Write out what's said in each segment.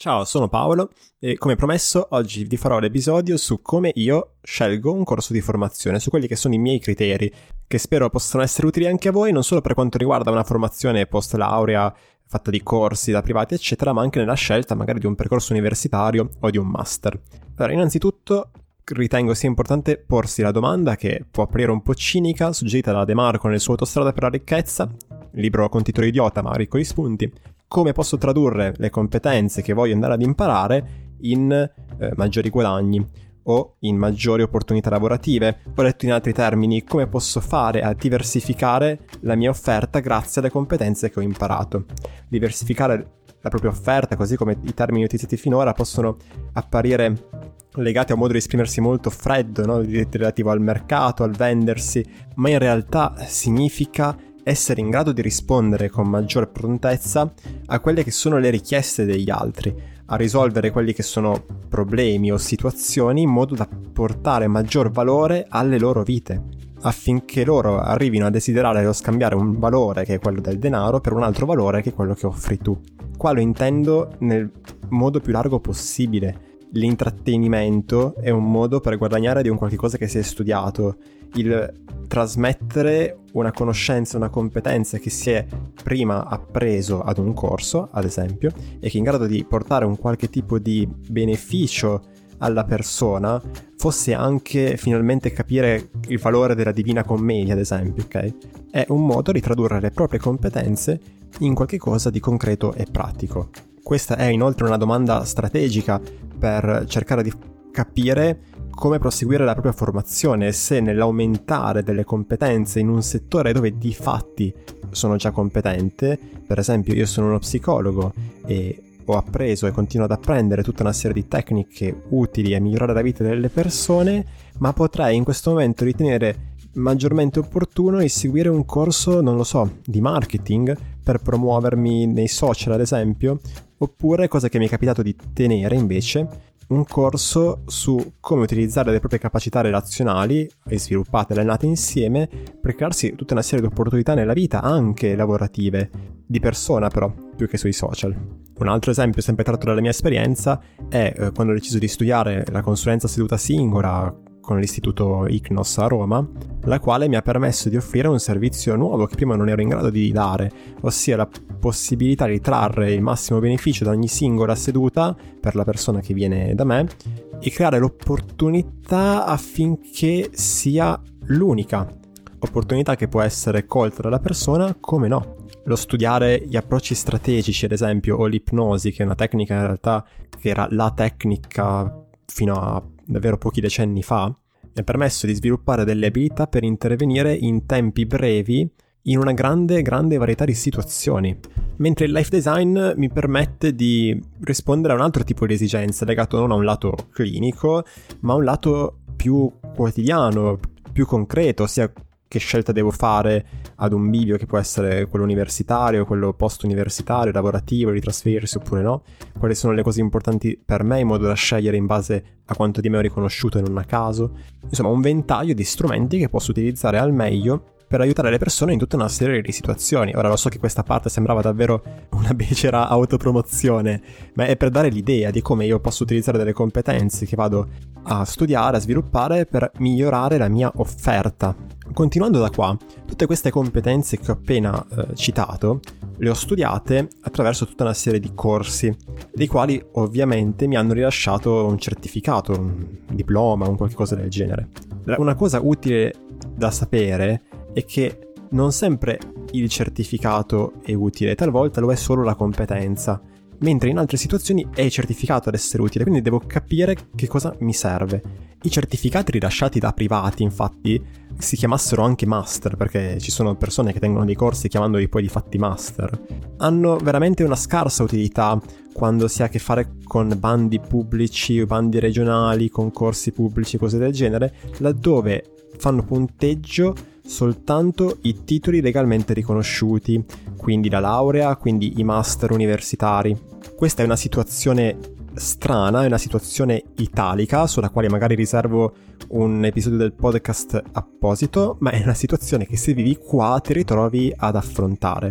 Ciao, sono Paolo e come promesso oggi vi farò l'episodio su come io scelgo un corso di formazione, su quelli che sono i miei criteri, che spero possano essere utili anche a voi, non solo per quanto riguarda una formazione post laurea fatta di corsi da privati eccetera, ma anche nella scelta magari di un percorso universitario o di un master. Allora, innanzitutto ritengo sia importante porsi la domanda che può apparire un po' cinica, suggerita da De Marco nel suo Autostrada per la ricchezza, libro con titolo idiota ma ricco di spunti: come posso tradurre le competenze che voglio andare ad imparare in maggiori guadagni o in maggiori opportunità lavorative? Ho detto in altri termini, come posso fare a diversificare la mia offerta grazie alle competenze che ho imparato. Diversificare la propria offerta, così come i termini utilizzati finora, possono apparire legati a un modo di esprimersi molto freddo, no? Relativo al mercato, al vendersi, ma in realtà significa essere in grado di rispondere con maggior prontezza a quelle che sono le richieste degli altri, a risolvere quelli che sono problemi o situazioni in modo da portare maggior valore alle loro vite, affinché loro arrivino a desiderare o scambiare un valore che è quello del denaro per un altro valore che è quello che offri tu. Qua lo intendo nel modo più largo possibile. L'intrattenimento è un modo per guadagnare di un qualche cosa che si è studiato. Il trasmettere una conoscenza, una competenza che si è prima appreso ad un corso, ad esempio, e che è in grado di portare un qualche tipo di beneficio alla persona, fosse anche finalmente capire il valore della Divina Commedia, ad esempio, ok? È un modo di tradurre le proprie competenze in qualche cosa di concreto e pratico. Questa è inoltre una domanda strategica per cercare di capire come proseguire la propria formazione, se nell'aumentare delle competenze in un settore dove di fatti sono già competente. Per esempio, io sono uno psicologo e ho appreso e continuo ad apprendere tutta una serie di tecniche utili a migliorare la vita delle persone, ma potrei in questo momento ritenere maggiormente opportuno di seguire un corso, non lo so, di marketing per promuovermi nei social, ad esempio, oppure, cosa che mi è capitato di tenere invece, un corso su come utilizzare le proprie capacità relazionali e sviluppate, allenate insieme, per crearsi tutta una serie di opportunità nella vita, anche lavorative, di persona però, più che sui social. Un altro esempio, sempre tratto dalla mia esperienza, è quando ho deciso di studiare la consulenza seduta singola con l'istituto ICNOS a Roma, la quale mi ha permesso di offrire un servizio nuovo che prima non ero in grado di dare, ossia la possibilità di trarre il massimo beneficio da ogni singola seduta per la persona che viene da me e creare l'opportunità affinché sia l'unica opportunità che può essere colta dalla persona, come no. Lo studiare gli approcci strategici, ad esempio, o l'ipnosi, che è una tecnica in realtà che era la tecnica fino a davvero pochi decenni fa, mi ha permesso di sviluppare delle abilità per intervenire in tempi brevi in una grande varietà di situazioni, mentre il life design mi permette di rispondere a un altro tipo di esigenza legato non a un lato clinico ma a un lato più quotidiano, più concreto, ossia che scelta devo fare ad un bivio che può essere quello universitario, quello post-universitario, lavorativo, di trasferirsi oppure no, quali sono le cose importanti per me in modo da scegliere in base a quanto di me ho riconosciuto e non a caso. Insomma, un ventaglio di strumenti che posso utilizzare al meglio per aiutare le persone in tutta una serie di situazioni. Ora, lo so che questa parte sembrava davvero una becera autopromozione, ma è per dare l'idea di come io posso utilizzare delle competenze che vado a studiare, a sviluppare per migliorare la mia offerta. Continuando da qua, tutte queste competenze che ho appena citato le ho studiate attraverso tutta una serie di corsi, dei quali ovviamente mi hanno rilasciato un certificato, un diploma, un qualche cosa del genere. Una cosa utile da sapere è che non sempre il certificato è utile, talvolta lo è solo la competenza, mentre in altre situazioni è il certificato ad essere utile, quindi devo capire che cosa mi serve. I certificati rilasciati da privati, infatti, si chiamassero anche master, perché ci sono persone che tengono dei corsi chiamandoli poi di fatti master, hanno veramente una scarsa utilità quando si ha a che fare con bandi pubblici, bandi regionali, concorsi pubblici, cose del genere, laddove fanno punteggio soltanto i titoli legalmente riconosciuti, quindi la laurea, quindi i master universitari. Questa è una situazione strana, è una situazione italica sulla quale magari riservo un episodio del podcast apposito, ma è una situazione che se vivi qua ti ritrovi ad affrontare.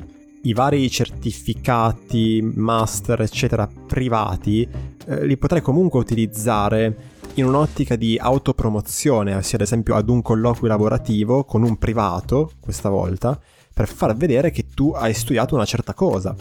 I vari certificati, master, eccetera, privati, li potrai comunque utilizzare in un'ottica di autopromozione, ossia ad esempio ad un colloquio lavorativo con un privato, questa volta, per far vedere che tu hai studiato una certa cosa.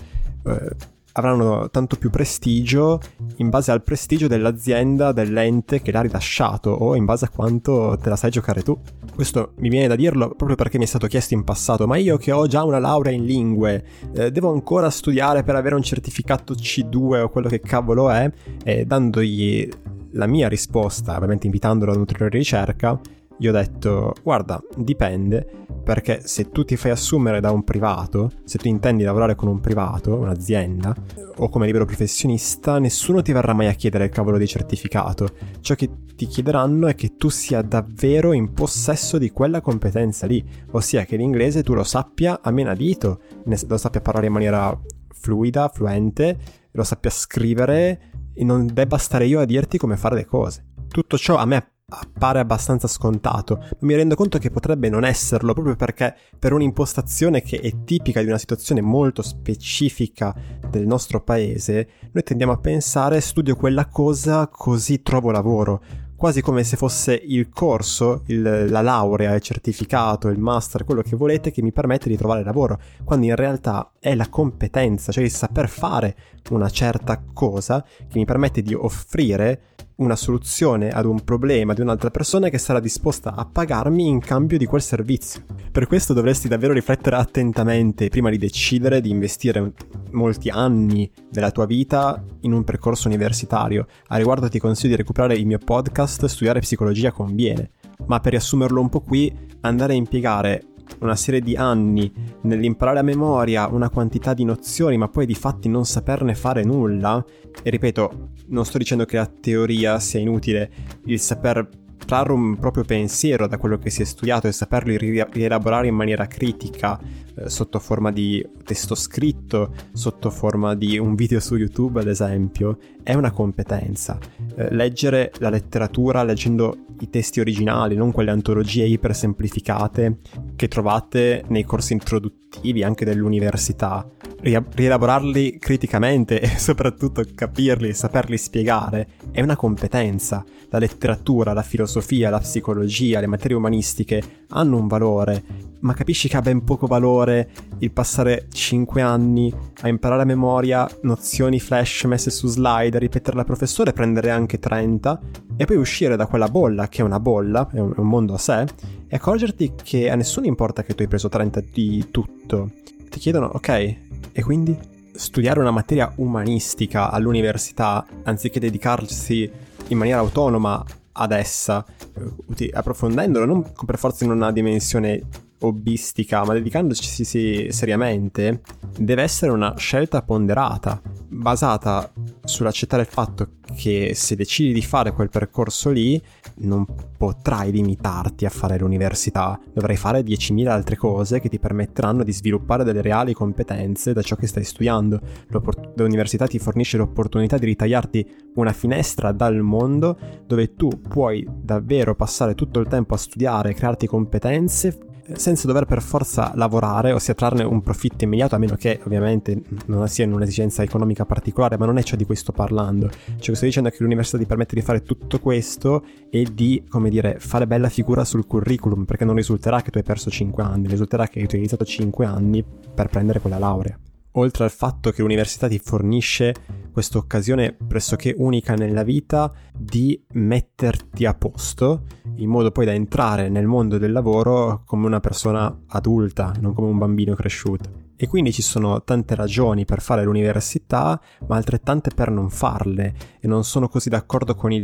Avranno tanto più prestigio in base al prestigio dell'azienda, dell'ente che l'ha rilasciato, o in base a quanto te la sai giocare tu. Questo mi viene da dirlo proprio perché mi è stato chiesto in passato: ma io che ho già una laurea in lingue, devo ancora studiare per avere un certificato C2 o quello che cavolo è? E dandogli la mia risposta, ovviamente invitandolo ad un'ulteriore ricerca, gli ho detto: guarda, dipende, perché se tu ti fai assumere da un privato, se tu intendi lavorare con un privato, un'azienda, o come libero professionista, nessuno ti verrà mai a chiedere il cavolo di certificato. Ciò che ti chiederanno è che tu sia davvero in possesso di quella competenza lì, ossia che l'inglese tu lo sappia a menadito, lo sappia parlare in maniera fluida, fluente, lo sappia scrivere e non debba stare io a dirti come fare le cose. Tutto ciò a me appare abbastanza scontato, ma mi rendo conto che potrebbe non esserlo, proprio perché per un'impostazione che è tipica di una situazione molto specifica del nostro paese, noi tendiamo a pensare: studio quella cosa così trovo lavoro, quasi come se fosse il corso, la laurea, il certificato, il master, quello che volete, che mi permette di trovare lavoro, quando in realtà è la competenza, cioè il saper fare una certa cosa che mi permette di offrire una soluzione ad un problema di un'altra persona che sarà disposta a pagarmi in cambio di quel servizio. Per questo dovresti davvero riflettere attentamente prima di decidere di investire molti anni della tua vita in un percorso universitario. A riguardo ti consiglio di recuperare il mio podcast Studiare psicologia conviene, ma per riassumerlo un po' qui, andare a impiegare una serie di anni nell'imparare a memoria una quantità di nozioni, ma poi di fatti non saperne fare nulla, e ripeto, non sto dicendo che la teoria sia inutile, il saper trarre un proprio pensiero da quello che si è studiato e saperlo rielaborare in maniera critica, sotto forma di testo scritto, sotto forma di un video su YouTube ad esempio, è una competenza. Leggere la letteratura leggendo i testi originali, non quelle antologie iper semplificate che trovate nei corsi introduttivi anche dell'università, rielaborarli criticamente e soprattutto capirli e saperli spiegare è una competenza. La letteratura, la filosofia, la psicologia, le materie umanistiche hanno un valore, ma capisci che ha ben poco valore il passare 5 anni a imparare a memoria nozioni flash messe su slide, ripetere al professore, prendere anche 30 e poi uscire da quella bolla, che è una bolla, è un mondo a sé, e accorgerti che a nessuno importa che tu hai preso 30 di tutto. Ti chiedono: ok, e quindi? Studiare una materia umanistica all'università, anziché dedicarsi in maniera autonoma ad essa, approfondendolo non per forza in una dimensione hobbistica, ma dedicandoci seriamente, deve essere una scelta ponderata, basata sull'accettare il fatto che se decidi di fare quel percorso lì non potrai limitarti a fare l'università, dovrai fare 10.000 altre cose che ti permetteranno di sviluppare delle reali competenze da ciò che stai studiando. L'università ti fornisce l'opportunità di ritagliarti una finestra dal mondo dove tu puoi davvero passare tutto il tempo a studiare e crearti competenze senza dover per forza lavorare, ossia trarne un profitto immediato, a meno che ovviamente non sia in un'esigenza economica particolare, ma non è ciò di cui sto parlando. Ciò che sto dicendo è che l'università ti permette di fare tutto questo e di, come dire, fare bella figura sul curriculum, perché non risulterà che tu hai perso 5 anni, risulterà che tu hai iniziato 5 anni per prendere quella laurea. Oltre al fatto che l'università ti fornisce questa occasione pressoché unica nella vita di metterti a posto, in modo poi da entrare nel mondo del lavoro come una persona adulta, non come un bambino cresciuto. E quindi ci sono tante ragioni per fare l'università, ma altrettante per non farle, e non sono così d'accordo con i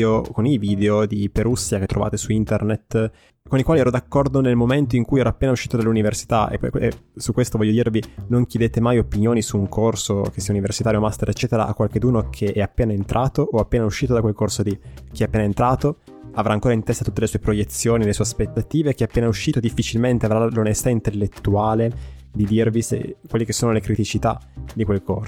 video di Perussia che trovate su internet, con i quali ero d'accordo nel momento in cui ero appena uscito dall'università, e su questo voglio dirvi: non chiedete mai opinioni su un corso, che sia universitario, master eccetera, a qualcheduno che è appena entrato o appena uscito da quel corso lì. Chi è appena entrato avrà ancora in testa tutte le sue proiezioni, le sue aspettative, chi è appena uscito difficilmente avrà l'onestà intellettuale di dirvi quelle che sono le criticità di quel corso.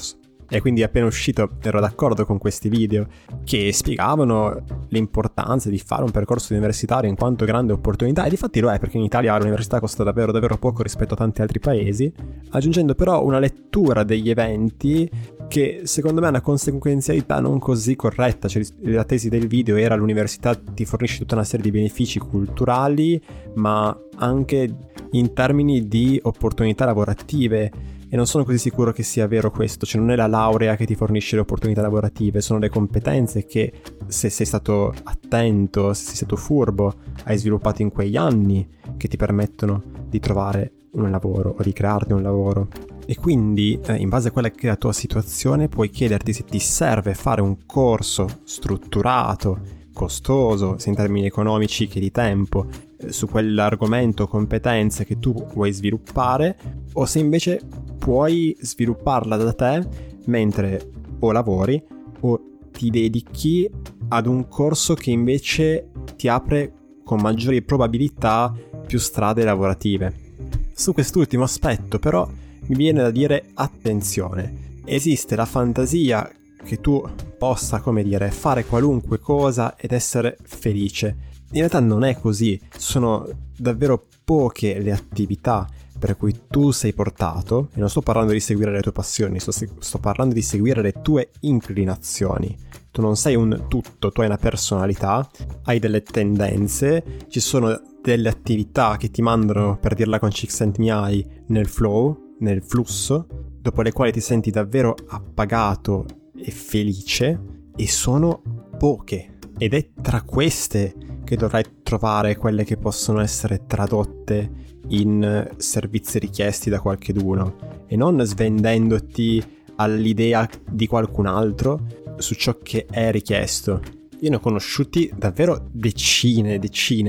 E quindi appena uscito ero d'accordo con questi video che spiegavano l'importanza di fare un percorso universitario in quanto grande opportunità, e difatti lo è, perché in Italia l'università costa davvero davvero poco rispetto a tanti altri paesi, aggiungendo però una lettura degli eventi che secondo me ha una conseguenzialità non così corretta. Cioè, la tesi del video era: l'università ti fornisce tutta una serie di benefici culturali, ma anche in termini di opportunità lavorative, e non sono così sicuro che sia vero questo. Cioè, non è la laurea che ti fornisce le opportunità lavorative, sono le competenze che, se sei stato attento, se sei stato furbo, hai sviluppato in quegli anni, che ti permettono di trovare un lavoro o di crearti un lavoro. E quindi, in base a quella che è la tua situazione, puoi chiederti se ti serve fare un corso strutturato, costoso, sia in termini economici che di tempo, su quell'argomento o competenze che tu vuoi sviluppare, o se invece puoi svilupparla da te mentre o lavori o ti dedichi ad un corso che invece ti apre con maggiori probabilità più strade lavorative. Su quest'ultimo aspetto però mi viene da dire: attenzione, esiste la fantasia che tu possa, come dire, fare qualunque cosa ed essere felice. In realtà non è così, sono davvero poche le attività per cui tu sei portato, e non sto parlando di seguire le tue passioni, sto parlando di seguire le tue inclinazioni. Tu non sei un tutto, tu hai una personalità, hai delle tendenze, ci sono delle attività che ti mandano, per dirla con Csikszentmihalyi, nel flow, nel flusso, dopo le quali ti senti davvero appagato e felice, e sono poche. Ed è tra queste che dovrai trovare quelle che possono essere tradotte in servizi richiesti da qualcheduno, e non svendendoti all'idea di qualcun altro su ciò che è richiesto. Io ne ho conosciuti davvero decine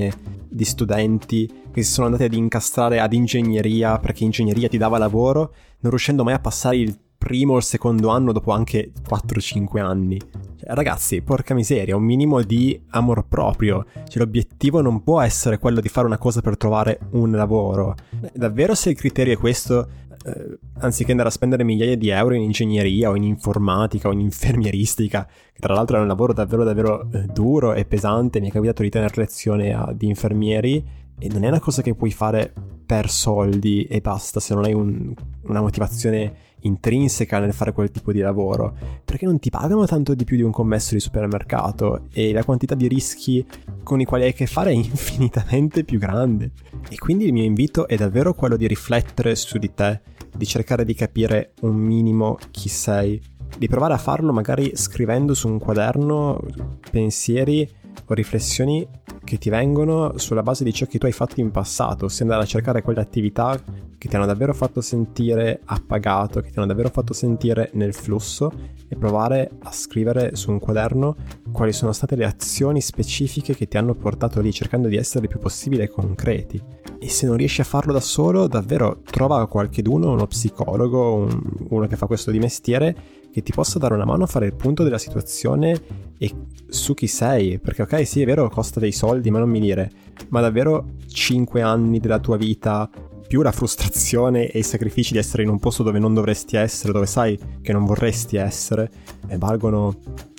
di studenti che si sono andati ad incastrare ad ingegneria perché ingegneria ti dava lavoro, non riuscendo mai a passare il primo o il secondo anno dopo anche 4-5 anni. Cioè, ragazzi, porca miseria, un minimo di amor proprio. Cioè, l'obiettivo non può essere quello di fare una cosa per trovare un lavoro. Davvero, se il criterio è questo, anziché andare a spendere migliaia di euro in ingegneria o in informatica o in infermieristica, che tra l'altro è un lavoro davvero davvero duro e pesante, mi è capitato di tenere lezione di infermieri, e non è una cosa che puoi fare per soldi e basta, se non hai una motivazione intrinseca nel fare quel tipo di lavoro, perché non ti pagano tanto di più di un commesso di supermercato e la quantità di rischi con i quali hai a che fare è infinitamente più grande. E quindi il mio invito è davvero quello di riflettere su di te, di cercare di capire un minimo chi sei, di provare a farlo magari scrivendo su un quaderno pensieri o riflessioni che ti vengono sulla base di ciò che tu hai fatto in passato, ossia andare a cercare quelle attività che ti hanno davvero fatto sentire appagato, che ti hanno davvero fatto sentire nel flusso, e provare a scrivere su un quaderno quali sono state le azioni specifiche che ti hanno portato lì, cercando di essere il più possibile concreti. E se non riesci a farlo da solo, davvero trova qualcheduno, uno psicologo, uno che fa questo di mestiere, che ti possa dare una mano a fare il punto della situazione e su chi sei. Perché ok, sì, è vero, costa dei soldi, ma non mi dire, ma davvero 5 anni della tua vita più la frustrazione e i sacrifici di essere in un posto dove non dovresti essere, dove sai che non vorresti essere, e valgono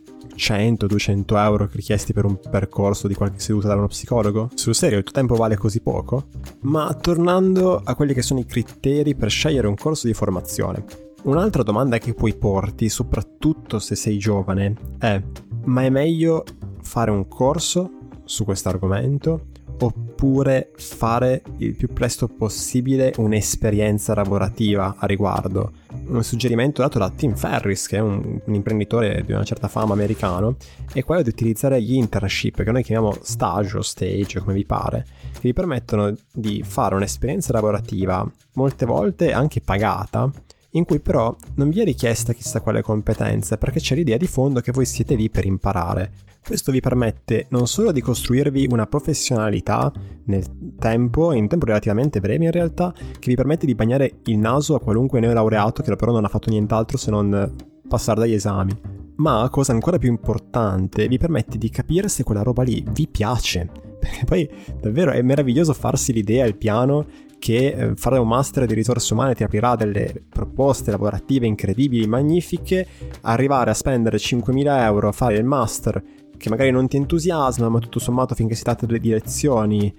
100-200 euro richiesti per un percorso di qualche seduta da uno psicologo? Sul serio, il tuo tempo vale così poco? Ma tornando a quelli che sono i criteri per scegliere un corso di formazione, un'altra domanda che puoi porti, soprattutto se sei giovane, è: ma è meglio fare un corso su questo argomento oppure fare il più presto possibile un'esperienza lavorativa a riguardo? Un suggerimento dato da Tim Ferriss, che è un imprenditore di una certa fama americano, è quello di utilizzare gli internship, che noi chiamiamo stage o stage, come vi pare, che vi permettono di fare un'esperienza lavorativa, molte volte anche pagata, in cui però non vi è richiesta chissà quale competenza, perché c'è l'idea di fondo che voi siete lì per imparare. Questo vi permette non solo di costruirvi una professionalità nel tempo, in tempo relativamente breve in realtà, che vi permette di bagnare il naso a qualunque neolaureato che però non ha fatto nient'altro se non passare dagli esami, ma, cosa ancora più importante, vi permette di capire se quella roba lì vi piace. Perché poi davvero è meraviglioso farsi l'idea, il piano, che fare un master di risorse umane ti aprirà delle proposte lavorative incredibili, magnifiche, arrivare a spendere 5.000 euro a fare il master che magari non ti entusiasma, ma tutto sommato finché si tratta delle direzioni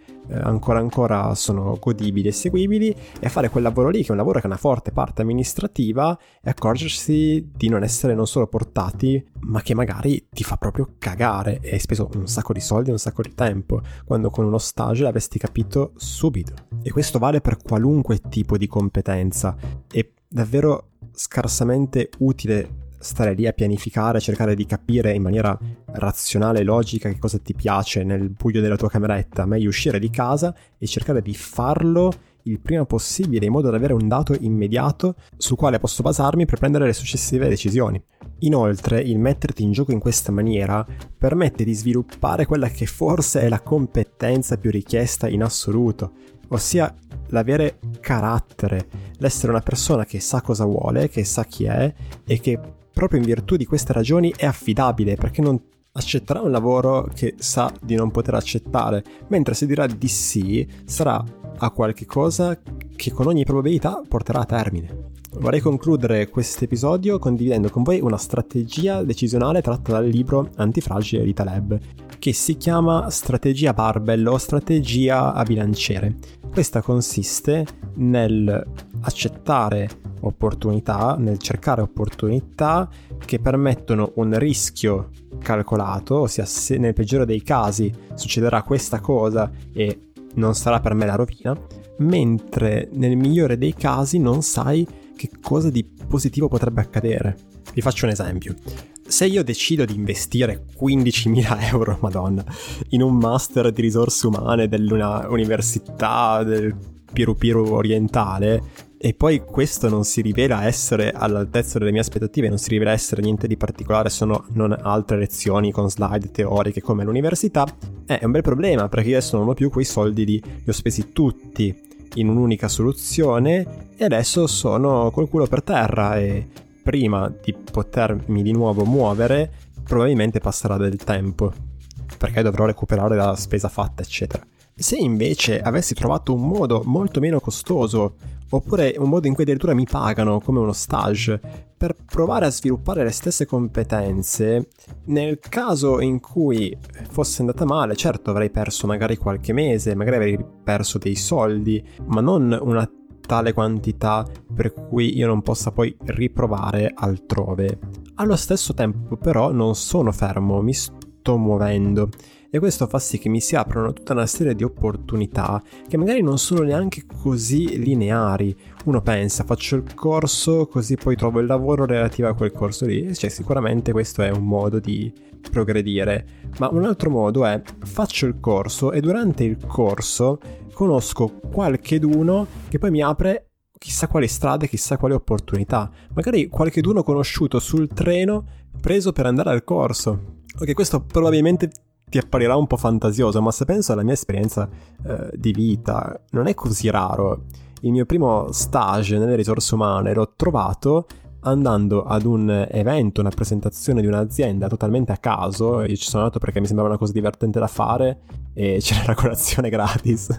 ancora sono godibili e seguibili, e fare quel lavoro lì, che è un lavoro che ha una forte parte amministrativa, e accorgersi di non essere non solo portati, ma che magari ti fa proprio cagare, e hai speso un sacco di soldi e un sacco di tempo, quando con uno stage l'avresti capito subito. E questo vale per qualunque tipo di competenza. È davvero scarsamente utile stare lì a pianificare, cercare di capire in maniera razionale e logica che cosa ti piace nel buio della tua cameretta. Meglio uscire di casa e cercare di farlo il prima possibile, in modo da avere un dato immediato sul quale posso basarmi per prendere le successive decisioni. Inoltre, il metterti in gioco in questa maniera permette di sviluppare quella che forse è la competenza più richiesta in assoluto, ossia l'avere carattere, l'essere una persona che sa cosa vuole, che sa chi è, e che proprio in virtù di queste ragioni è affidabile, perché non accetterà un lavoro che sa di non poter accettare, mentre se dirà di sì sarà a qualche cosa che con ogni probabilità porterà a termine. Vorrei concludere questo episodio condividendo con voi una strategia decisionale tratta dal libro Antifragile di Taleb, che si chiama strategia barbell o strategia a bilanciere. Questa consiste nel accettare opportunità, nel cercare opportunità che permettono un rischio calcolato, ossia se nel peggiore dei casi succederà questa cosa e non sarà per me la rovina, mentre nel migliore dei casi non sai che cosa di positivo potrebbe accadere. Vi faccio un esempio. Se io decido di investire 15.000 euro, madonna, in un master di risorse umane dell'una università del Piru orientale, e poi questo non si rivela essere all'altezza delle mie aspettative, non si rivela essere niente di particolare, sono non altre lezioni con slide teoriche come all'università, è un bel problema, perché io adesso non ho più quei soldi lì, li ho spesi tutti in un'unica soluzione e adesso sono col culo per terra, e prima di potermi di nuovo muovere probabilmente passerà del tempo, perché dovrò recuperare la spesa fatta, eccetera. Se invece avessi trovato un modo molto meno costoso, oppure un modo in cui addirittura mi pagano come uno stage, per provare a sviluppare le stesse competenze, nel caso in cui fosse andata male, certo avrei perso magari qualche mese, magari avrei perso dei soldi, ma non una tale quantità per cui io non possa poi riprovare altrove. Allo stesso tempo però non sono fermo, mi sto muovendo, e questo fa sì che mi si aprono tutta una serie di opportunità che magari non sono neanche così lineari. Uno pensa, faccio il corso così poi trovo il lavoro relativo a quel corso lì, cioè sicuramente questo è un modo di progredire, ma un altro modo è faccio il corso e durante il corso conosco qualcheduno che poi mi apre chissà quali strade, chissà quali opportunità, magari qualcheduno conosciuto sul treno preso per andare al corso. Ok, questo probabilmente ti apparirà un po' fantasioso, ma se penso alla mia esperienza di vita, non è così raro. Il mio primo stage nelle risorse umane l'ho trovato andando ad un evento, una presentazione di un'azienda totalmente a caso. Io ci sono andato perché mi sembrava una cosa divertente da fare e c'era la colazione gratis.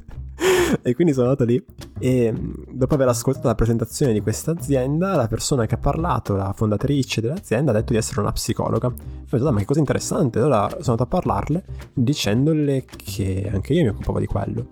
E quindi sono andato lì e dopo aver ascoltato la presentazione di questa azienda, la persona che ha parlato, la fondatrice dell'azienda, ha detto di essere una psicologa. Ho detto, ma che cosa interessante. Allora sono andato a parlarle dicendole che anche io mi occupavo di quello.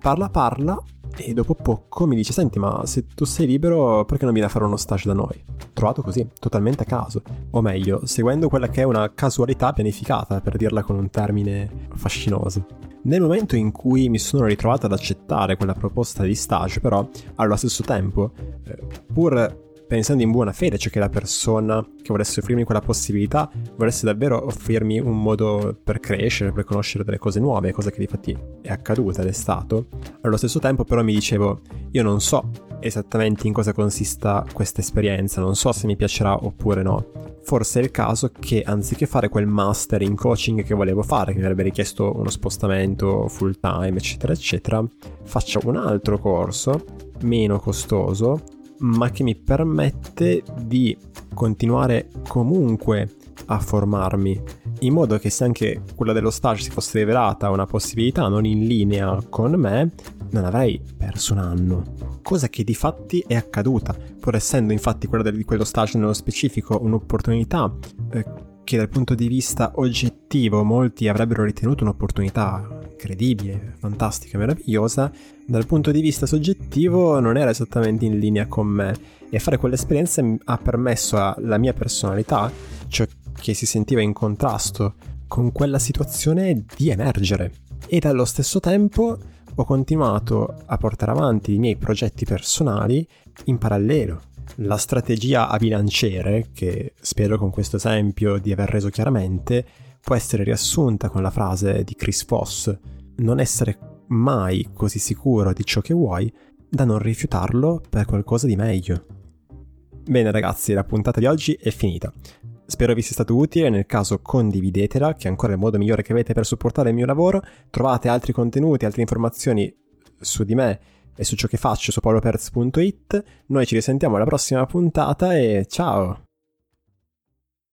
Parla e dopo poco mi dice, senti, ma se tu sei libero perché non vieni a fare uno stage da noi? Trovato così, totalmente a caso, o meglio, seguendo quella che è una casualità pianificata, per dirla con un termine fascinoso. Nel momento in cui mi sono ritrovato ad accettare quella proposta di stage, però, allo stesso tempo, pur pensando in buona fede, cioè che la persona che volesse offrirmi quella possibilità volesse davvero offrirmi un modo per crescere, per conoscere delle cose nuove, cosa che difatti è accaduta ed è stato, allo stesso tempo però mi dicevo, io non so esattamente in cosa consista questa esperienza, non so se mi piacerà oppure no. Forse è il caso che anziché fare quel master in coaching che volevo fare, che mi avrebbe richiesto uno spostamento full time, eccetera eccetera, faccio un altro corso meno costoso, ma che mi permette di continuare comunque a formarmi, in modo che se anche quella dello stage si fosse rivelata una possibilità non in linea con me, non avrei perso un anno, cosa che di fatti è accaduta, pur essendo infatti quella di quello stage nello specifico un'opportunità che dal punto di vista oggettivo molti avrebbero ritenuto un'opportunità credibile, fantastica, meravigliosa. Dal punto di vista soggettivo non era esattamente in linea con me, e fare quell'esperienza ha permesso alla mia personalità, cioè che si sentiva in contrasto con quella situazione, di emergere. Ed allo stesso tempo ho continuato a portare avanti i miei progetti personali in parallelo. La strategia a bilanciere, che spero con questo esempio di aver reso chiaramente, può essere riassunta con la frase di Chris Voss: non essere mai così sicuro di ciò che vuoi da non rifiutarlo per qualcosa di meglio. Bene ragazzi, la puntata di oggi è finita. Spero vi sia stato utile, nel caso condividetela, che è ancora il modo migliore che avete per supportare il mio lavoro. Trovate altri contenuti, altre informazioni su di me e su ciò che faccio su paoloperz.it. Noi ci risentiamo alla prossima puntata e ciao!